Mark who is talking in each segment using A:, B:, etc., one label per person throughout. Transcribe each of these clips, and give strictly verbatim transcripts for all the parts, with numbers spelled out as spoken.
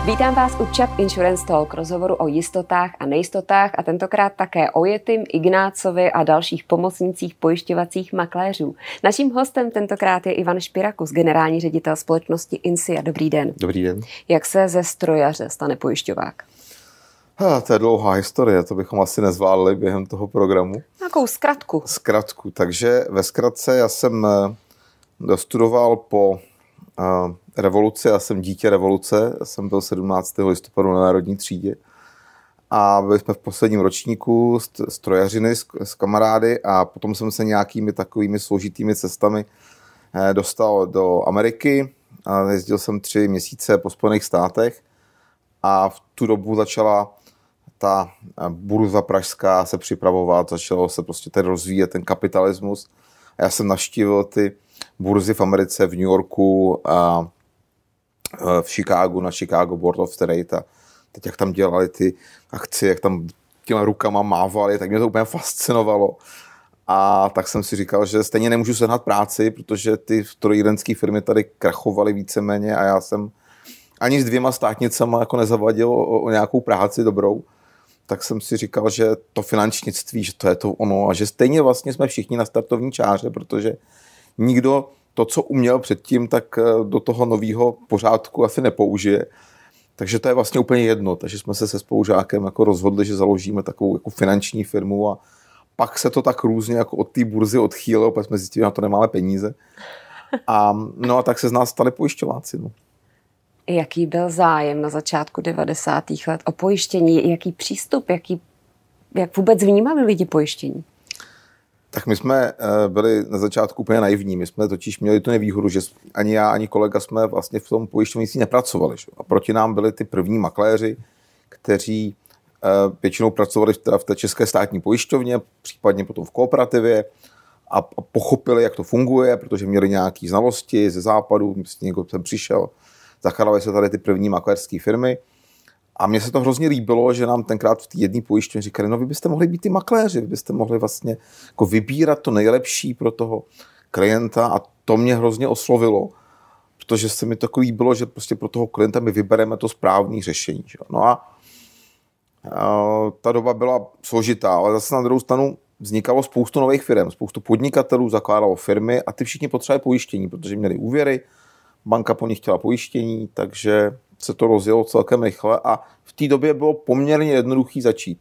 A: Vítám vás u Chubb Insurance Talk, rozhovoru o jistotách a nejistotách a tentokrát také o Yetim, Ignácovi a dalších pomocnících pojišťovacích makléřů. Naším hostem tentokrát je Ivan Špirakus, generální ředitel společnosti Insia. Dobrý den.
B: Dobrý den.
A: Jak se ze strojaře stane pojišťovák?
B: Ha, to je dlouhá historie, to bychom asi nezvládli během toho programu.
A: Nějakou zkratku.
B: Zkratku, takže ve zkratce já jsem dostudoval po revoluci, já jsem dítě revoluce, já jsem byl sedmnáctého listopadu na národní třídě a byli jsme v posledním ročníku strojařiny s, s kamarády a potom jsem se nějakými takovými složitými cestami dostal do Ameriky a jezdil jsem tři měsíce po Spojených státech a v tu dobu začala ta burza pražská se připravovat, začalo se prostě tady rozvíjet ten kapitalismus a já jsem navštívil ty burzy v Americe, v New Yorku a v Chicagu, na Chicago Board of Trade a teď jak tam dělali ty akcie, jak tam těma rukama mávali, tak mě to úplně fascinovalo. A tak jsem si říkal, že stejně nemůžu sehnat práci, protože ty strojírenské firmy tady krachovaly víceméně a já jsem ani s dvěma státnicama jako nezavadil o, o nějakou práci dobrou. Tak jsem si říkal, že to finančnictví, že to je to ono a že stejně vlastně jsme všichni na startovní čáře, protože nikdo to, co uměl předtím, tak do toho nového pořádku asi nepoužije. Takže to je vlastně úplně jedno. Takže jsme se se spolužákem jako rozhodli, že založíme takovou jako finanční firmu a pak se to tak různě jako od té burzy odchýlilo, protože jsme zjistili, že na to nemáme peníze. A, no a tak se z nás stali pojišťováci. No.
A: Jaký byl zájem na začátku devadesátých let o pojištění? Jaký přístup? Jaký, jak vůbec vnímali lidi pojištění?
B: Tak my jsme byli na začátku úplně naivní. My jsme totiž měli tu nevýhodu, že ani já, ani kolega jsme vlastně v tom pojišťovnictví nepracovali. A proti nám byli ty první makléři, kteří většinou pracovali v té české státní pojišťovně, případně potom v kooperativě a pochopili, jak to funguje, protože měli nějaké znalosti ze západu, někdo sem přišel, zakládaly se tady ty první makléřské firmy. A mně se to hrozně líbilo, že nám tenkrát v té jedné pojišťovně říkali, no vy byste mohli být ty makléři, vy byste mohli vlastně jako vybírat to nejlepší pro toho klienta a to mě hrozně oslovilo, protože se mi to líbilo, že prostě pro toho klienta my vybereme to správné řešení. Že? No a, a ta doba byla složitá, ale zase na druhou stranu vznikalo spoustu nových firm, spoustu podnikatelů zakládalo firmy a ty všichni potřebovali pojištění, protože měli úvěry, banka po nich chtěla pojištění, takže se to rozjelo celkem rychle a v té době bylo poměrně jednoduchý začít.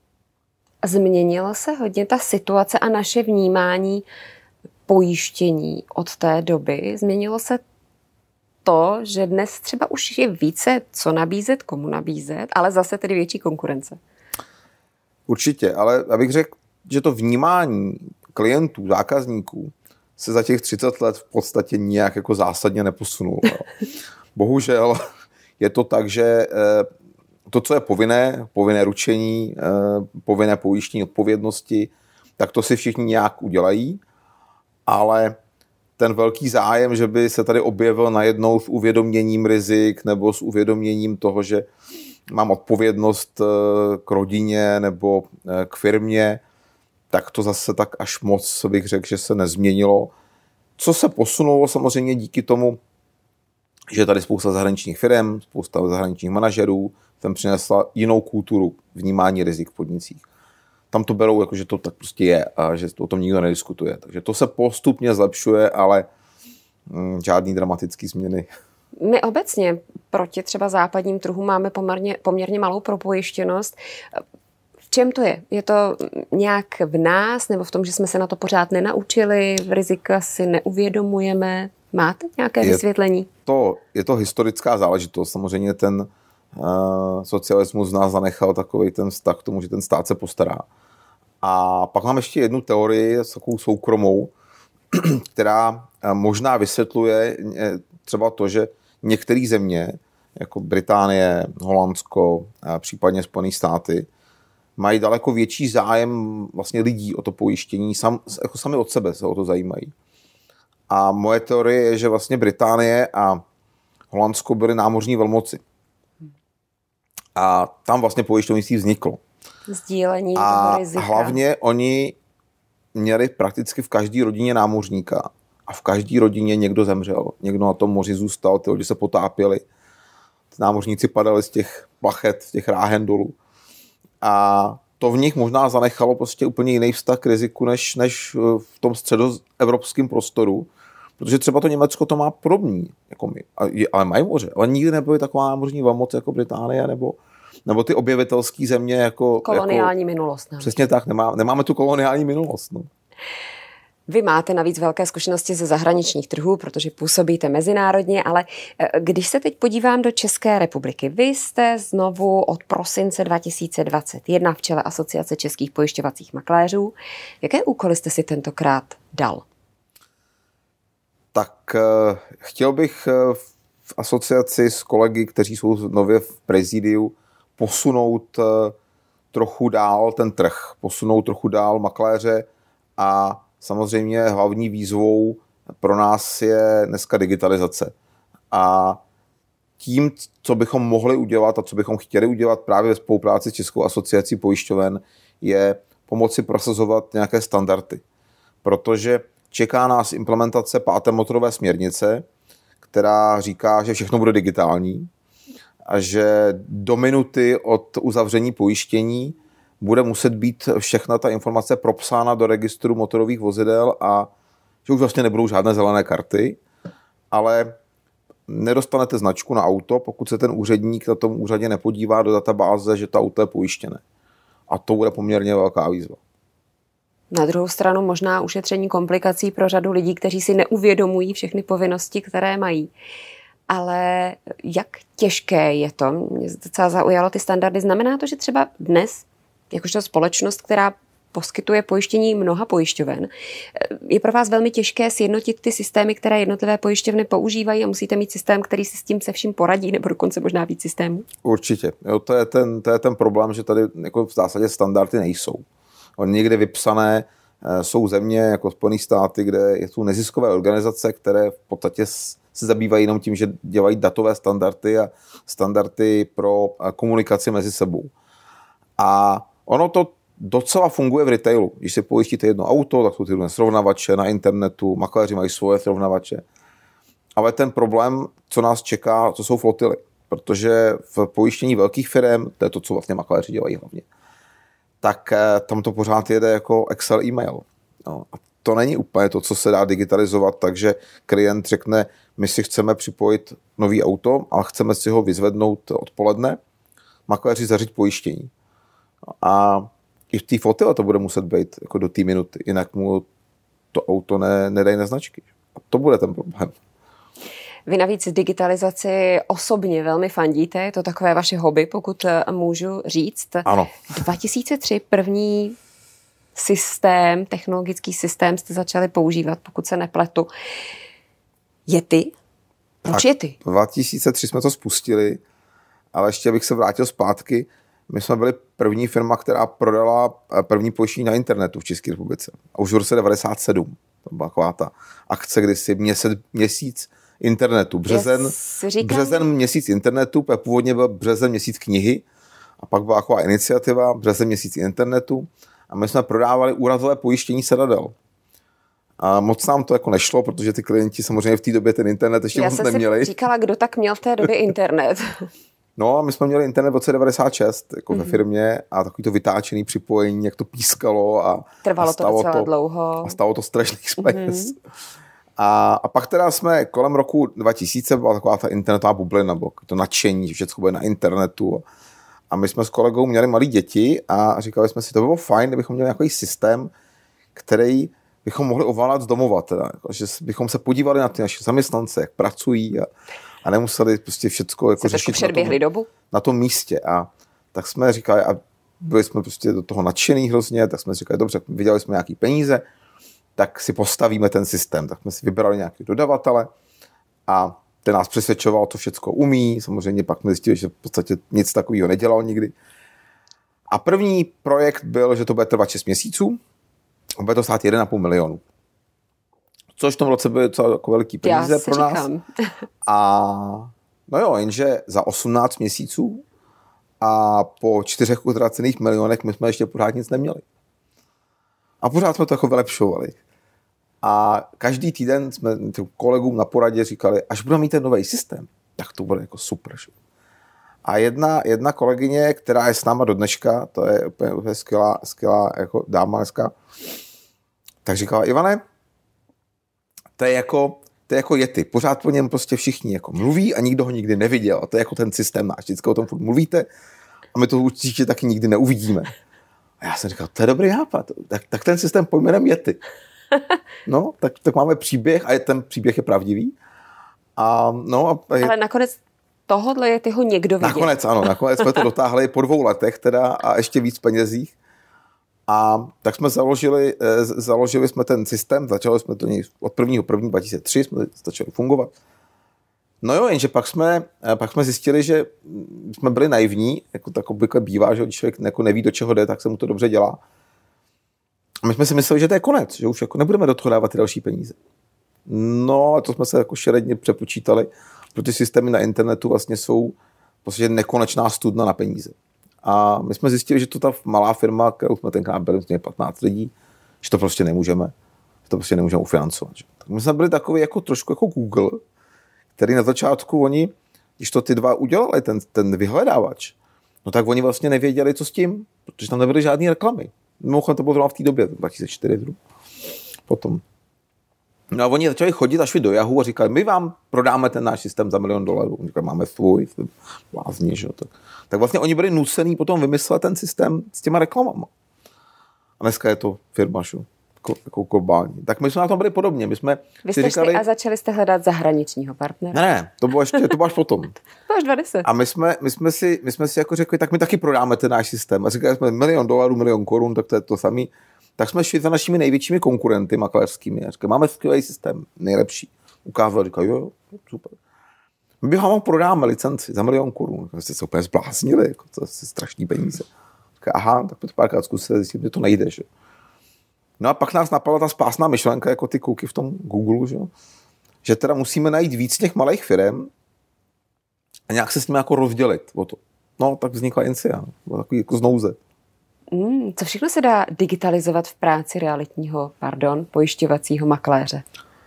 A: Změnila se hodně ta situace a naše vnímání pojištění od té doby. Změnilo se to, že dnes třeba už je více co nabízet, komu nabízet, ale zase tedy větší konkurence.
B: Určitě, ale abych řekl, že to vnímání klientů, zákazníků se za těch třicet let v podstatě nijak jako zásadně neposunulo. Bohužel je to tak, že to, co je povinné, povinné ručení, povinné pojištění odpovědnosti, tak to si všichni nějak udělají, ale ten velký zájem, že by se tady objevil najednou s uvědoměním rizik nebo s uvědoměním toho, že mám odpovědnost k rodině nebo k firmě, tak to zase tak až moc bych řekl, že se nezměnilo. Co se posunulo samozřejmě díky tomu, že je tady spousta zahraničních firm, spousta zahraničních manažerů, tam přinesla jinou kulturu vnímání rizik v podnicích. Tam to berou, jako, že to tak prostě je a že o tom nikdo nediskutuje. Takže to se postupně zlepšuje, ale mm, žádný dramatický změny.
A: My obecně proti třeba západním trhům máme poměrně, poměrně malou propojištěnost. V čem to je? Je to nějak v nás nebo v tom, že jsme se na to pořád nenaučili, rizika si neuvědomujeme? Máte nějaké
B: je
A: vysvětlení?
B: To, je to historická záležitost. Samozřejmě ten uh, socialismus z nás zanechal takový ten vztah k tomu, že ten stát se postará. A pak mám ještě jednu teorii, takovou soukromou, která možná vysvětluje třeba to, že některé země, jako Británie, Holandsko, případně Spojené státy, mají daleko větší zájem vlastně lidí o to pojištění, sam, jako sami od sebe se o to zajímají. A moje teorie je, že vlastně Británie a Holandsko byly námořní velmoci. A tam vlastně pojišťovnictví vzniklo.
A: Sdílení
B: a
A: toho rizika.
B: Hlavně oni měli prakticky v každé rodině námořníka. A v každé rodině někdo zemřel. Někdo na tom moři zůstal, ty lidi se potápěli. námořníci padali z těch plachet, z těch ráhen dolů. A to v nich možná zanechalo prostě úplně jiný vztah k riziku, než, než v tom středoevropském prostoru. Protože třeba to Německo to má podobný, jako my, ale mají moře. Ale nikdy nebyly taková námořní velmoc jako Británie, nebo, nebo ty objevitelské země. Jako,
A: koloniální
B: jako,
A: minulost. Ne?
B: Přesně tak, nemá, nemáme tu koloniální minulost. No.
A: Vy máte navíc velké zkušenosti ze zahraničních trhů, protože působíte mezinárodně, ale když se teď podívám do České republiky, vy jste znovu od prosince dva tisíce dvacet jedna v čele Asociace českých pojišťovacích makléřů. Jaké úkoly jste si tentokrát dal?
B: Tak chtěl bych v asociaci s kolegy, kteří jsou nově v prezidiu, posunout trochu dál ten trh, posunout trochu dál makléře a samozřejmě hlavní výzvou pro nás je dneska digitalizace. A tím, co bychom mohli udělat a co bychom chtěli udělat právě ve spolupráci s Českou asociací pojišťoven, je pomoci prosazovat nějaké standardy. Protože čeká nás implementace páté motorové směrnice, která říká, že všechno bude digitální a že do minuty od uzavření pojištění bude muset být všechna ta informace propsána do registru motorových vozidel a že už vlastně nebudou žádné zelené karty, ale nedostanete značku na auto, pokud se ten úředník na tom úřadě nepodívá do databáze, že to auto je pojištěné. A to bude poměrně velká výzva.
A: Na druhou stranu možná ušetření komplikací pro řadu lidí, kteří si neuvědomují všechny povinnosti, které mají. Ale jak těžké je to? Mě docela zaujalo ty standardy. Znamená to, že třeba dnes, jakožto společnost, která poskytuje pojištění mnoha pojišťoven, je pro vás velmi těžké sjednotit ty systémy, které jednotlivé pojišťovny používají a musíte mít systém, který si s tím se vším poradí, nebo dokonce možná víc systémů?
B: Určitě. Jo, to, je ten, to je ten problém, že tady jako v zásadě standardy nejsou. Oni někde vypsané jsou země jako Spojené státy, kde jsou neziskové organizace, které v podstatě se zabývají jenom tím, že dělají datové standardy a standardy pro komunikaci mezi sebou. A ono to docela funguje v retailu. Když si pojištíte jedno auto, tak jsou ty různé srovnavače na internetu, makléři mají svoje srovnavače. Ale ten problém, co nás čeká, to jsou flotily. Protože v pojištění velkých firem, to je to, co vlastně makléři dělají hlavně, tak tam to pořád jede jako Excel e-mail. No, a to není úplně to, co se dá digitalizovat, takže klient řekne, my si chceme připojit nový auto, ale chceme si ho vyzvednout odpoledne, makléři zařídit pojištění. A i v té flotile to bude muset být jako do té minuty, jinak mu to auto ne, nedají na značky. A to bude ten problém.
A: Vy navíc digitalizaci osobně velmi fandíte, je to takové vaše hobby, pokud můžu říct.
B: Ano.
A: dva tisíce tři první systém, technologický systém jste začali používat, pokud se nepletu. Yeti? Proč Yeti?
B: dva tisíce tři jsme to spustili, ale ještě bych se vrátil zpátky. My jsme byli první firma, která prodala první pojištění na internetu v České republice. A už v roce devadesát sedm. To byla taková ta akce, kdy si měsíc, měsíc internetu. Březen, březen měsíc internetu, původně byl březen měsíc knihy a pak byla taková iniciativa březen měsíc internetu a my jsme prodávali úrazové pojištění sedadel. A moc nám to jako nešlo, protože ty klienti samozřejmě v té době ten internet ještě moc neměli. Já jsem si
A: říkala, kdo tak měl v té době internet.
B: No a my jsme měli internet v roce devadesát šest jako mm-hmm. ve firmě a takový to vytáčený připojení, jak to pískalo a
A: trvalo
B: a
A: to docela to, dlouho.
B: A stalo to strašných peněz. Mm-hmm. A, a pak teda jsme kolem roku dva tisíce byla taková ta internetová bublina, bylo to nadšení, že všechno bude na internetu. A my jsme s kolegou měli malí děti a říkali jsme si, to by bylo fajn, kdybychom měli nějaký systém, který bychom mohli ovládat z domova. Teda, že bychom se podívali na ty naše zaměstnance, jak pracují a, a nemuseli prostě všecko jako řešit na tom,
A: dobu?
B: na tom místě. A tak jsme říkali, a byli jsme prostě do toho nadšený hrozně, tak jsme říkali, dobře, viděli jsme nějaký peníze, tak si postavíme ten systém. Tak jsme si vybrali nějaký dodavatele a ten nás přesvědčoval, to všecko umí. Samozřejmě pak jsme zjistili, že v podstatě nic takového nedělal nikdy. A první projekt byl, že to bude trvat šest měsíců a bude to stát jeden a půl milionu. Což v tom roce byly docela jako veliký peníze pro nás.
A: Říkám.
B: A no jo, jenže za osmnáct měsíců a po čtyřech utracených milionech my jsme ještě pořád nic neměli. A pořád jsme to jako vylepšovali. A každý týden jsme kolegům na poradě říkali, až budeme mít ten nový systém, tak to bude jako super. Že? A jedna, jedna kolegyně, která je s náma do dneška, to je úplně, úplně skvělá, skvělá jako dáma dneska, tak říkala, Ivane, to je jako, to je jako Yeti. Pořád po něm prostě všichni jako mluví a nikdo ho nikdy neviděl. A to je jako ten systém náš. Vždycky o tom furt mluvíte a my to určitě taky nikdy neuvidíme. A já jsem říkal, to je dobrý nápad. Tak, tak ten systém pojmenujeme Yeti. No, tak, tak máme příběh a je, ten příběh je pravdivý. A, no, a,
A: ale nakonec tohodle je tyho někdo viděl.
B: Nakonec ano, nakonec jsme to dotáhli po dvou letech teda a ještě víc penězích. A tak jsme založili, založili jsme ten systém, začali jsme to od prvního prvního dva tisíce tři jsme začali fungovat. No jo, jenže pak jsme, pak jsme zjistili, že jsme byli naivní, jako tak obvykle bývá, že když člověk jako neví, do čeho jde, tak se mu to dobře dělá. A my jsme si mysleli, že to je konec, že už jako nebudeme do toho dávat ty další peníze. No a to jsme se jako šeredně přepočítali, protože systémy na internetu vlastně jsou prostě nekonečná studna na peníze. A my jsme zjistili, že to ta malá firma, kterou jsme tenkrát byli, jsme patnáct lidí, že to prostě nemůžeme, že to prostě nemůžeme ufinancovat. Tak my jsme byli takový jako trošku jako Google, který na začátku oni, když to ty dva udělali, ten, ten vyhledávač, no tak oni vlastně nevěděli, co s tím, protože tam nebyly žádné reklamy. Mimochodem to bylo v té době, dva tisíce čtyři potom. No a oni začali chodit až do Yahoo a říkali, my vám prodáme ten náš systém za milion dolarů. Říkali, máme svůj, blázni, že jo. Tak, tak vlastně oni byli nucený potom vymyslet ten systém s těma reklamama. A dneska je to firma, že? Jako, jako globální. Tak my jsme na tom byli podobně. My jsme
A: Vy jste
B: říkali,
A: a začali jste hledat zahraničního partnera?
B: Ne, ne, to bylo ještě, to bylo až potom.
A: To až dvacet.
B: A my jsme, my, jsme si, my jsme si jako řekli, tak my taky prodáme ten náš systém. A říkali jsme milion dolarů, milion korun, tak to je to samý. Tak jsme šli za našimi největšími konkurenty makléřskými. A říkali, máme skvělý systém, nejlepší. Ukázali, říkali, jo, jo, super. My bychom vám prodáme licenci za milion korun. Jste se úplně zbláznili, jako to je strašný peníze. Říkali, aha, tak to párkrát zkusili, zjistit, že to nejde. Že? No a pak nás napadla ta spásná myšlenka, jako ty kouky v tom Google, že, že teda musíme najít víc těch malých firem a nějak se s nimi jako rozdělit o to. No, tak vznikla Encia, takový jako znouze.
A: Mm, co všechno se dá digitalizovat v práci realitního, pardon, pojišťovacího makléře?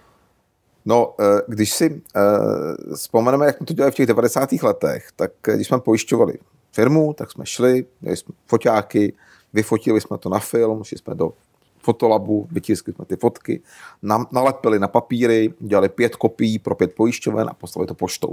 B: No, když si vzpomeneme, jak jsme to dělali v těch devadesátých letech, tak když jsme pojišťovali firmu, tak jsme šli, měli jsme foťáky, vyfotili jsme to na film, šli jsme do fotolabu, vytiskli jsme ty fotky, nalepili na papíry, dělali pět kopií pro pět pojišťoven a poslali to poštou.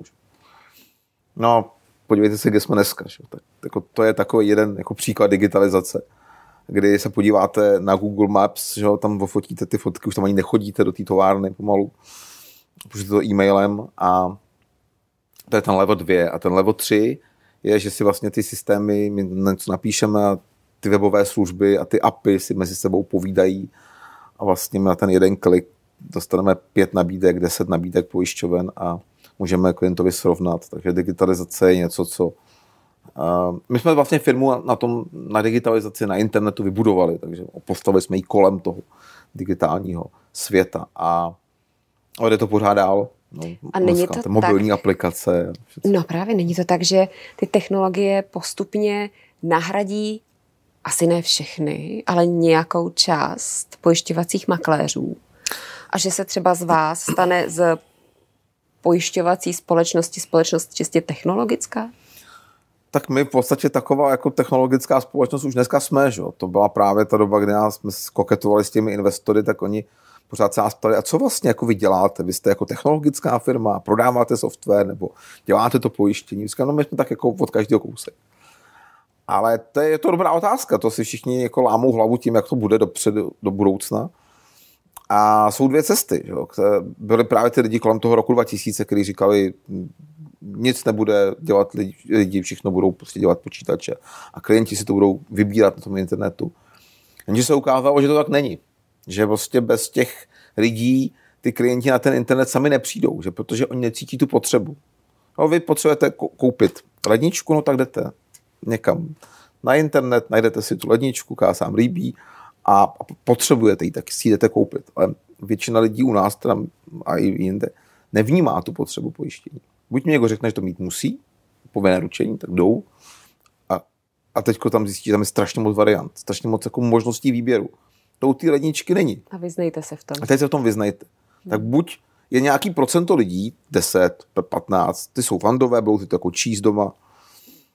B: No, podívejte se, kde jsme dneska. Že? Tak, jako, to je takový jeden jako příklad digitalizace, kdy se podíváte na Google Maps, že tam fotíte ty fotky, už tam ani nechodíte do té továrny pomalu, pošlete to e-mailem a to je ten level dva. A ten level tři je, že si vlastně ty systémy, my něco napíšeme a ty webové služby a ty apy si mezi sebou povídají a vlastně na ten jeden klik dostaneme pět nabídek, deset nabídek pojišťoven a můžeme klientovi srovnat. Takže digitalizace je něco, co... Uh, my jsme vlastně firmu na tom, na digitalizaci na internetu vybudovali, takže postavili jsme ji kolem toho digitálního světa a ale jde to pořád dál. No,
A: a není to
B: mobilní
A: tak,
B: aplikace.
A: No právě, není to tak, že ty technologie postupně nahradí asi ne všechny, ale nějakou část pojišťovacích makléřů. A že se třeba z vás stane z pojišťovací společnosti společnost čistě technologická?
B: Tak my v podstatě taková jako technologická společnost už dneska jsme, že? To byla právě ta doba, kdy nás jsme koketovali s těmi investory, tak oni pořád se nás ptali, a co vlastně jako vy děláte? Vy jste jako technologická firma, prodáváte software nebo děláte to pojištění? Říkám, no my jsme tak jako od každého kousek. Ale to je to dobrá otázka, to si všichni jako lámou hlavu tím, jak to bude dopředu, do budoucna. A jsou dvě cesty. Že? Byly právě ty lidi kolem toho roku dva tisíce, kteří říkali, nic nebude dělat lidi, lidi, všechno budou prostě dělat počítače a klienti si to budou vybírat na tom internetu. Jenže se ukázalo, že to tak není. Že prostě bez těch lidí ty klienti na ten internet sami nepřijdou, že protože oni necítí tu potřebu. No, vy potřebujete koupit ledničku, no tak jdete někam na internet, najdete si tu ledničku, která se vám líbí a potřebujete ji, tak si jdete koupit. Ale většina lidí u nás teda, a i jinde nevnímá tu potřebu pojištění. Buď mi někdo řekne, že to mít musí, povinné ručení, tak jdou a, a teďko tam zjistí, že tam je strašně moc variant, strašně moc jako možností výběru. To u té ledničky není.
A: A vyznejte se v tom.
B: A teď se v tom vyznejte. Hmm. Tak buď je nějaký procento lidí, deset, patnáct, ty jsou fandové, budou ty to jako číst doma,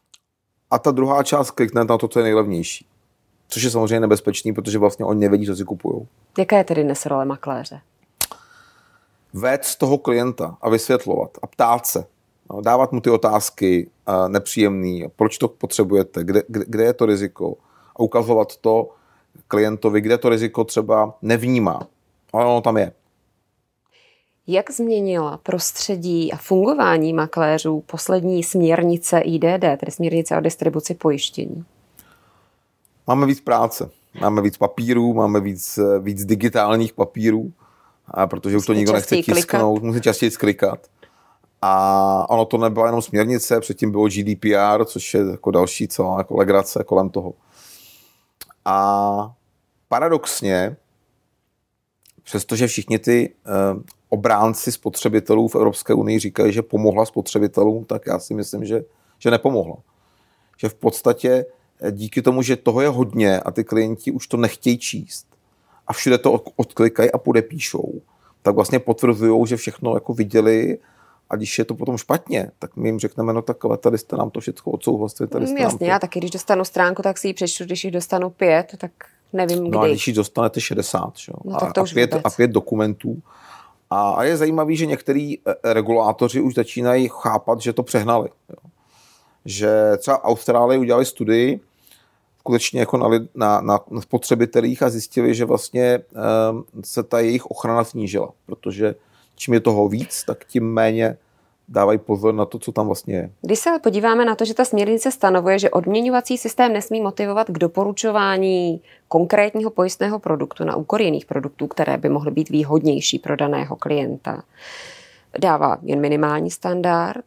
B: a ta druhá část klikne na to, co je nejlevnější. Což je samozřejmě nebezpečný, protože vlastně oni nevědí, co si kupují.
A: Jaká je tedy dnes role makléře?
B: Vést toho klienta a vysvětlovat a ptát se. Dávat mu ty otázky nepříjemný, proč to potřebujete, kde, kde, kde je to riziko a ukazovat to klientovi, kde to riziko třeba nevnímá. Ale ono tam je.
A: Jak změnila prostředí a fungování makléřů poslední směrnice I D D, tedy směrnice o distribuci pojištění?
B: Máme víc práce, máme víc papírů, máme víc, víc digitálních papírů, a protože už to nikdo nechce tisknout, musí častěji klikat. A ono to nebyla jenom směrnice, předtím bylo G D P R, což je jako další celá jako legrace kolem toho. A paradoxně, přestože všichni ty eh, obránci spotřebitelů v Evropské unii říkají, že pomohla spotřebitelům, tak já si myslím, že, že nepomohla. Že v podstatě díky tomu, že toho je hodně a ty klienti už to nechtějí číst a všude to odklikají a podepíšou, tak vlastně potvrzují, že všechno jako viděli. A když je to potom špatně, tak my jim řekneme, no tak ale tady jste nám to všechno odsouhlasili. Tady jste
A: Jasně, já taky, když dostanu stránku, tak si ji přečtu, když jich dostanu pět, tak nevím kdy.
B: No a když ji dostanete šedesát, jo?
A: No,
B: a, a, pět, a pět dokumentů. A, a je zajímavý, že některý regulátoři už začínají chápat, že to přehnali. Jo? Že třeba Austrálie udělali studii skutečně jako na, na, na, na spotřebitelích a zjistili, že vlastně um, se ta jejich ochrana snížila, protože čím je toho víc, tak tím méně dávají pozor na to, co tam vlastně je.
A: Když se podíváme na to, že ta směrnice stanovuje, že odměňovací systém nesmí motivovat k doporučování konkrétního pojistného produktu na úkor jiných produktů, které by mohly být výhodnější pro daného klienta, dává jen minimální standard.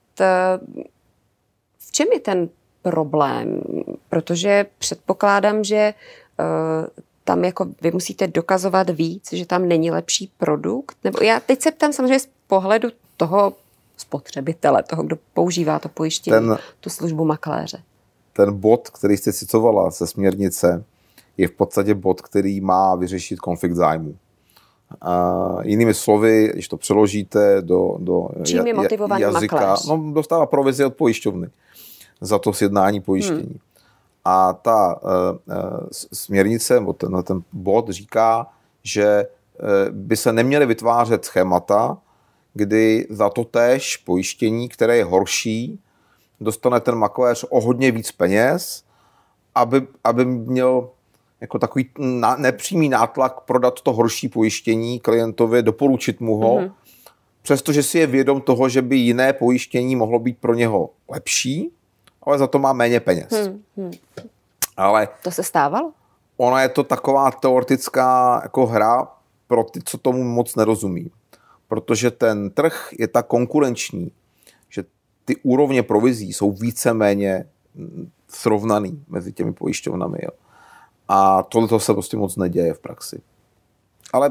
A: V čem je ten problém? Protože předpokládám, že tam jako vy musíte dokazovat víc, že tam není lepší produkt? Nebo já teď se ptám samozřejmě z pohledu toho spotřebitele, toho, kdo používá to pojištění, ten, tu službu makléře.
B: Ten bod, který jste citovala ze směrnice, je v podstatě bod, který má vyřešit konflikt zájmu. A jinými slovy, když to přeložíte do, do
A: Čím je motivovaný
B: jazyka,
A: makléř?
B: No, dostává provizi od pojišťovny za to sjednání pojištění. Hmm. A ta uh, uh, směrnice, ten, ten bod říká, že uh, by se neměly vytvářet schémata, kdy za to též pojištění, které je horší, dostane ten makléř o hodně víc peněz, aby, aby měl jako takový na, nepřímý nátlak prodat to horší pojištění klientovi, doporučit mu ho, mm-hmm. přestože si je vědom toho, že by jiné pojištění mohlo být pro něho lepší, ale za to má méně peněz. Mm-hmm. Ale
A: to se stávalo?
B: Ona je to taková teoretická jako hra pro ty, co tomu moc nerozumí. Protože ten trh je tak konkurenční, že ty úrovně provizí jsou víceméně srovnaný mezi těmi pojišťovnami. Jo. A tohle se prostě moc neděje v praxi. Ale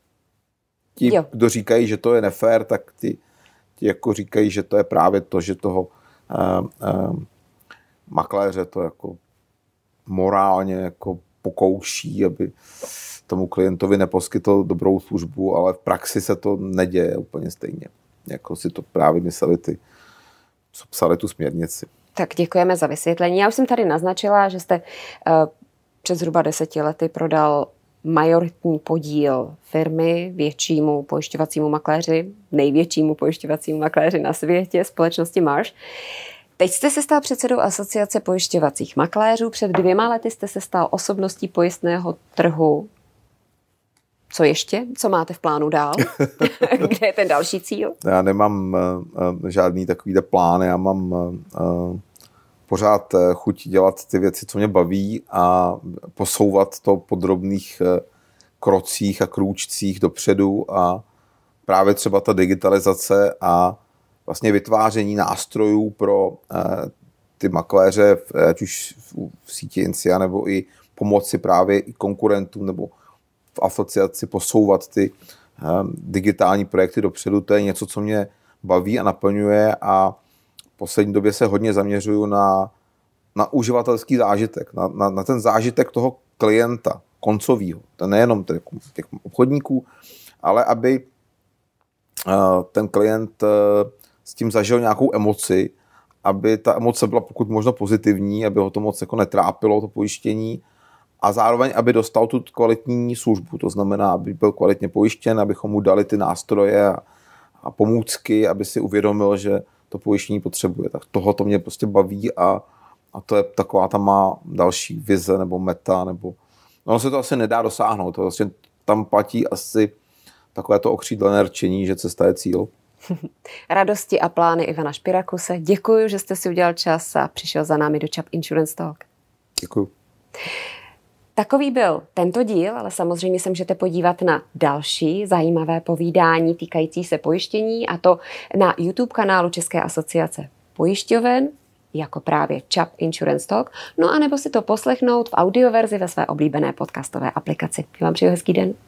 B: ti, jo. kdo říkají, že to je nefér, tak ti, ti jako říkají, že to je právě to, že toho uh, uh, makléře to jako morálně jako pokouší, aby tomu klientovi neposkytl dobrou službu, ale v praxi se to neděje úplně stejně. Jako si to právě mysleli ty, co psali tu směrnici.
A: Tak děkujeme za vysvětlení. Já už jsem tady naznačila, že jste uh, před zhruba deseti lety prodal majoritní podíl firmy většímu pojišťovacímu makléři, největšímu pojišťovacímu makléři na světě, společnosti Marsh. Teď jste se stal předsedou Asociace pojišťovacích makléřů, před dvěma lety jste se stal osobností pojistného trhu. Co ještě? Co máte v plánu dál? Kde je ten další cíl?
B: Já nemám uh, žádný takovýhle plán, já mám uh, pořád chuť dělat ty věci, co mě baví a posouvat to po drobných uh, krocích a krůčcích dopředu a právě třeba ta digitalizace a vlastně vytváření nástrojů pro uh, ty makléře, ať už v, v síti Incia, nebo i pomoci právě i konkurentům nebo v asociaci posouvat ty um, digitální projekty dopředu. To je něco, co mě baví a naplňuje a v poslední době se hodně zaměřuju na, na uživatelský zážitek, na, na, na ten zážitek toho klienta, koncovýho. To nejenom těch, těch obchodníků, ale aby uh, ten klient uh, s tím zažil nějakou emoci aby ta emoce byla pokud možno pozitivní, aby ho to moc jako netrápilo, to pojištění, a zároveň, aby dostal tu kvalitní službu. To znamená, aby byl kvalitně pojištěn, abychom mu dali ty nástroje a, a pomůcky, aby si uvědomil, že to pojištění potřebuje. Tak toho to mě prostě baví a, a to je taková ta má další vize nebo meta, nebo ono se to asi nedá dosáhnout. To vlastně tam platí asi takové to okřídlené rčení, že cesta je cíl.
A: Radosti a plány Ivana Špirakuse. Děkuji, že jste si udělal čas a přišel za námi do Čap Insurance Talk.
B: Děkuji.
A: Takový byl tento díl, ale samozřejmě se můžete podívat na další zajímavé povídání týkající se pojištění, a to na YouTube kanálu České asociace pojišťoven, jako právě Čap Insurance Talk, no a nebo si to poslechnout v audioverzi ve své oblíbené podcastové aplikaci. Já vám přeju hezký den.